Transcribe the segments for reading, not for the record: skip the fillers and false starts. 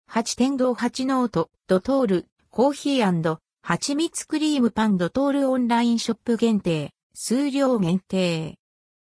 八天堂八ノート、ドトール、コーヒー&蜂蜜クリームパンドトールオンラインショップ限定、数量限定。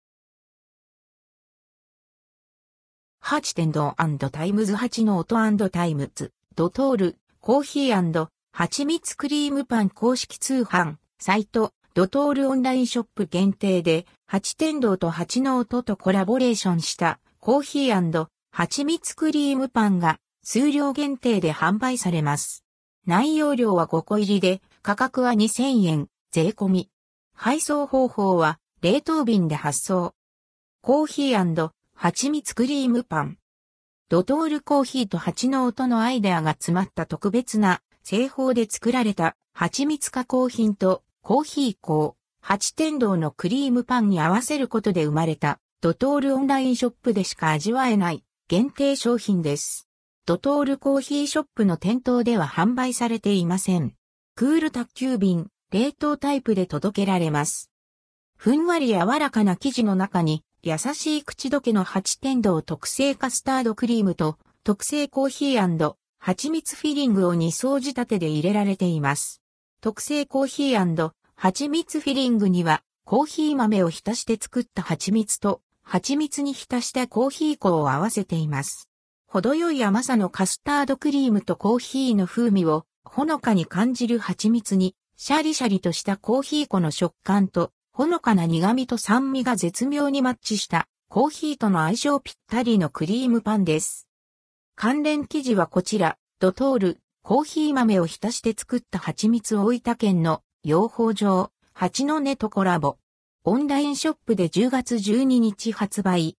八天堂&タイムズ八ノート&タイムズ、ドトール、コーヒー&蜂蜜クリームパン公式通販、サイト、ドトールオンラインショップ限定で、八天堂と八ノートとコラボレーションしたコーヒー&蜂蜜クリームパンが数量限定で販売されます。内容量は5個入りで、価格は2000円、税込み。配送方法は冷凍便で発送。コーヒー&蜂蜜クリームパン。ドトールコーヒーと蜂ノートのアイデアが詰まった特別な製法で作られた蜂蜜加工品とコーヒー粉、八天堂のクリームパンに合わせることで生まれたドトールオンラインショップでしか味わえない限定商品です。ドトールコーヒーショップの店頭では販売されていません。クール宅急便、冷凍タイプで届けられます。ふんわり柔らかな生地の中に優しい口どけの八天堂特製カスタードクリームと特製コーヒー&蜂蜜フィリングを2層仕立てで入れられています。特製コーヒー&蜂蜜フィリングにはコーヒー豆を浸して作った蜂蜜と蜂蜜に浸したコーヒー粉を合わせています。程よい甘さのカスタードクリームとコーヒーの風味をほのかに感じる蜂蜜にシャリシャリとしたコーヒー粉の食感とほのかな苦味と酸味が絶妙にマッチしたコーヒーとの相性ぴったりのクリームパンです。関連記事はこちら、ドトール、コーヒー豆を浸して作った蜂蜜大分県の養蜂場、蜂の根とコラボ。オンラインショップで10月12日発売。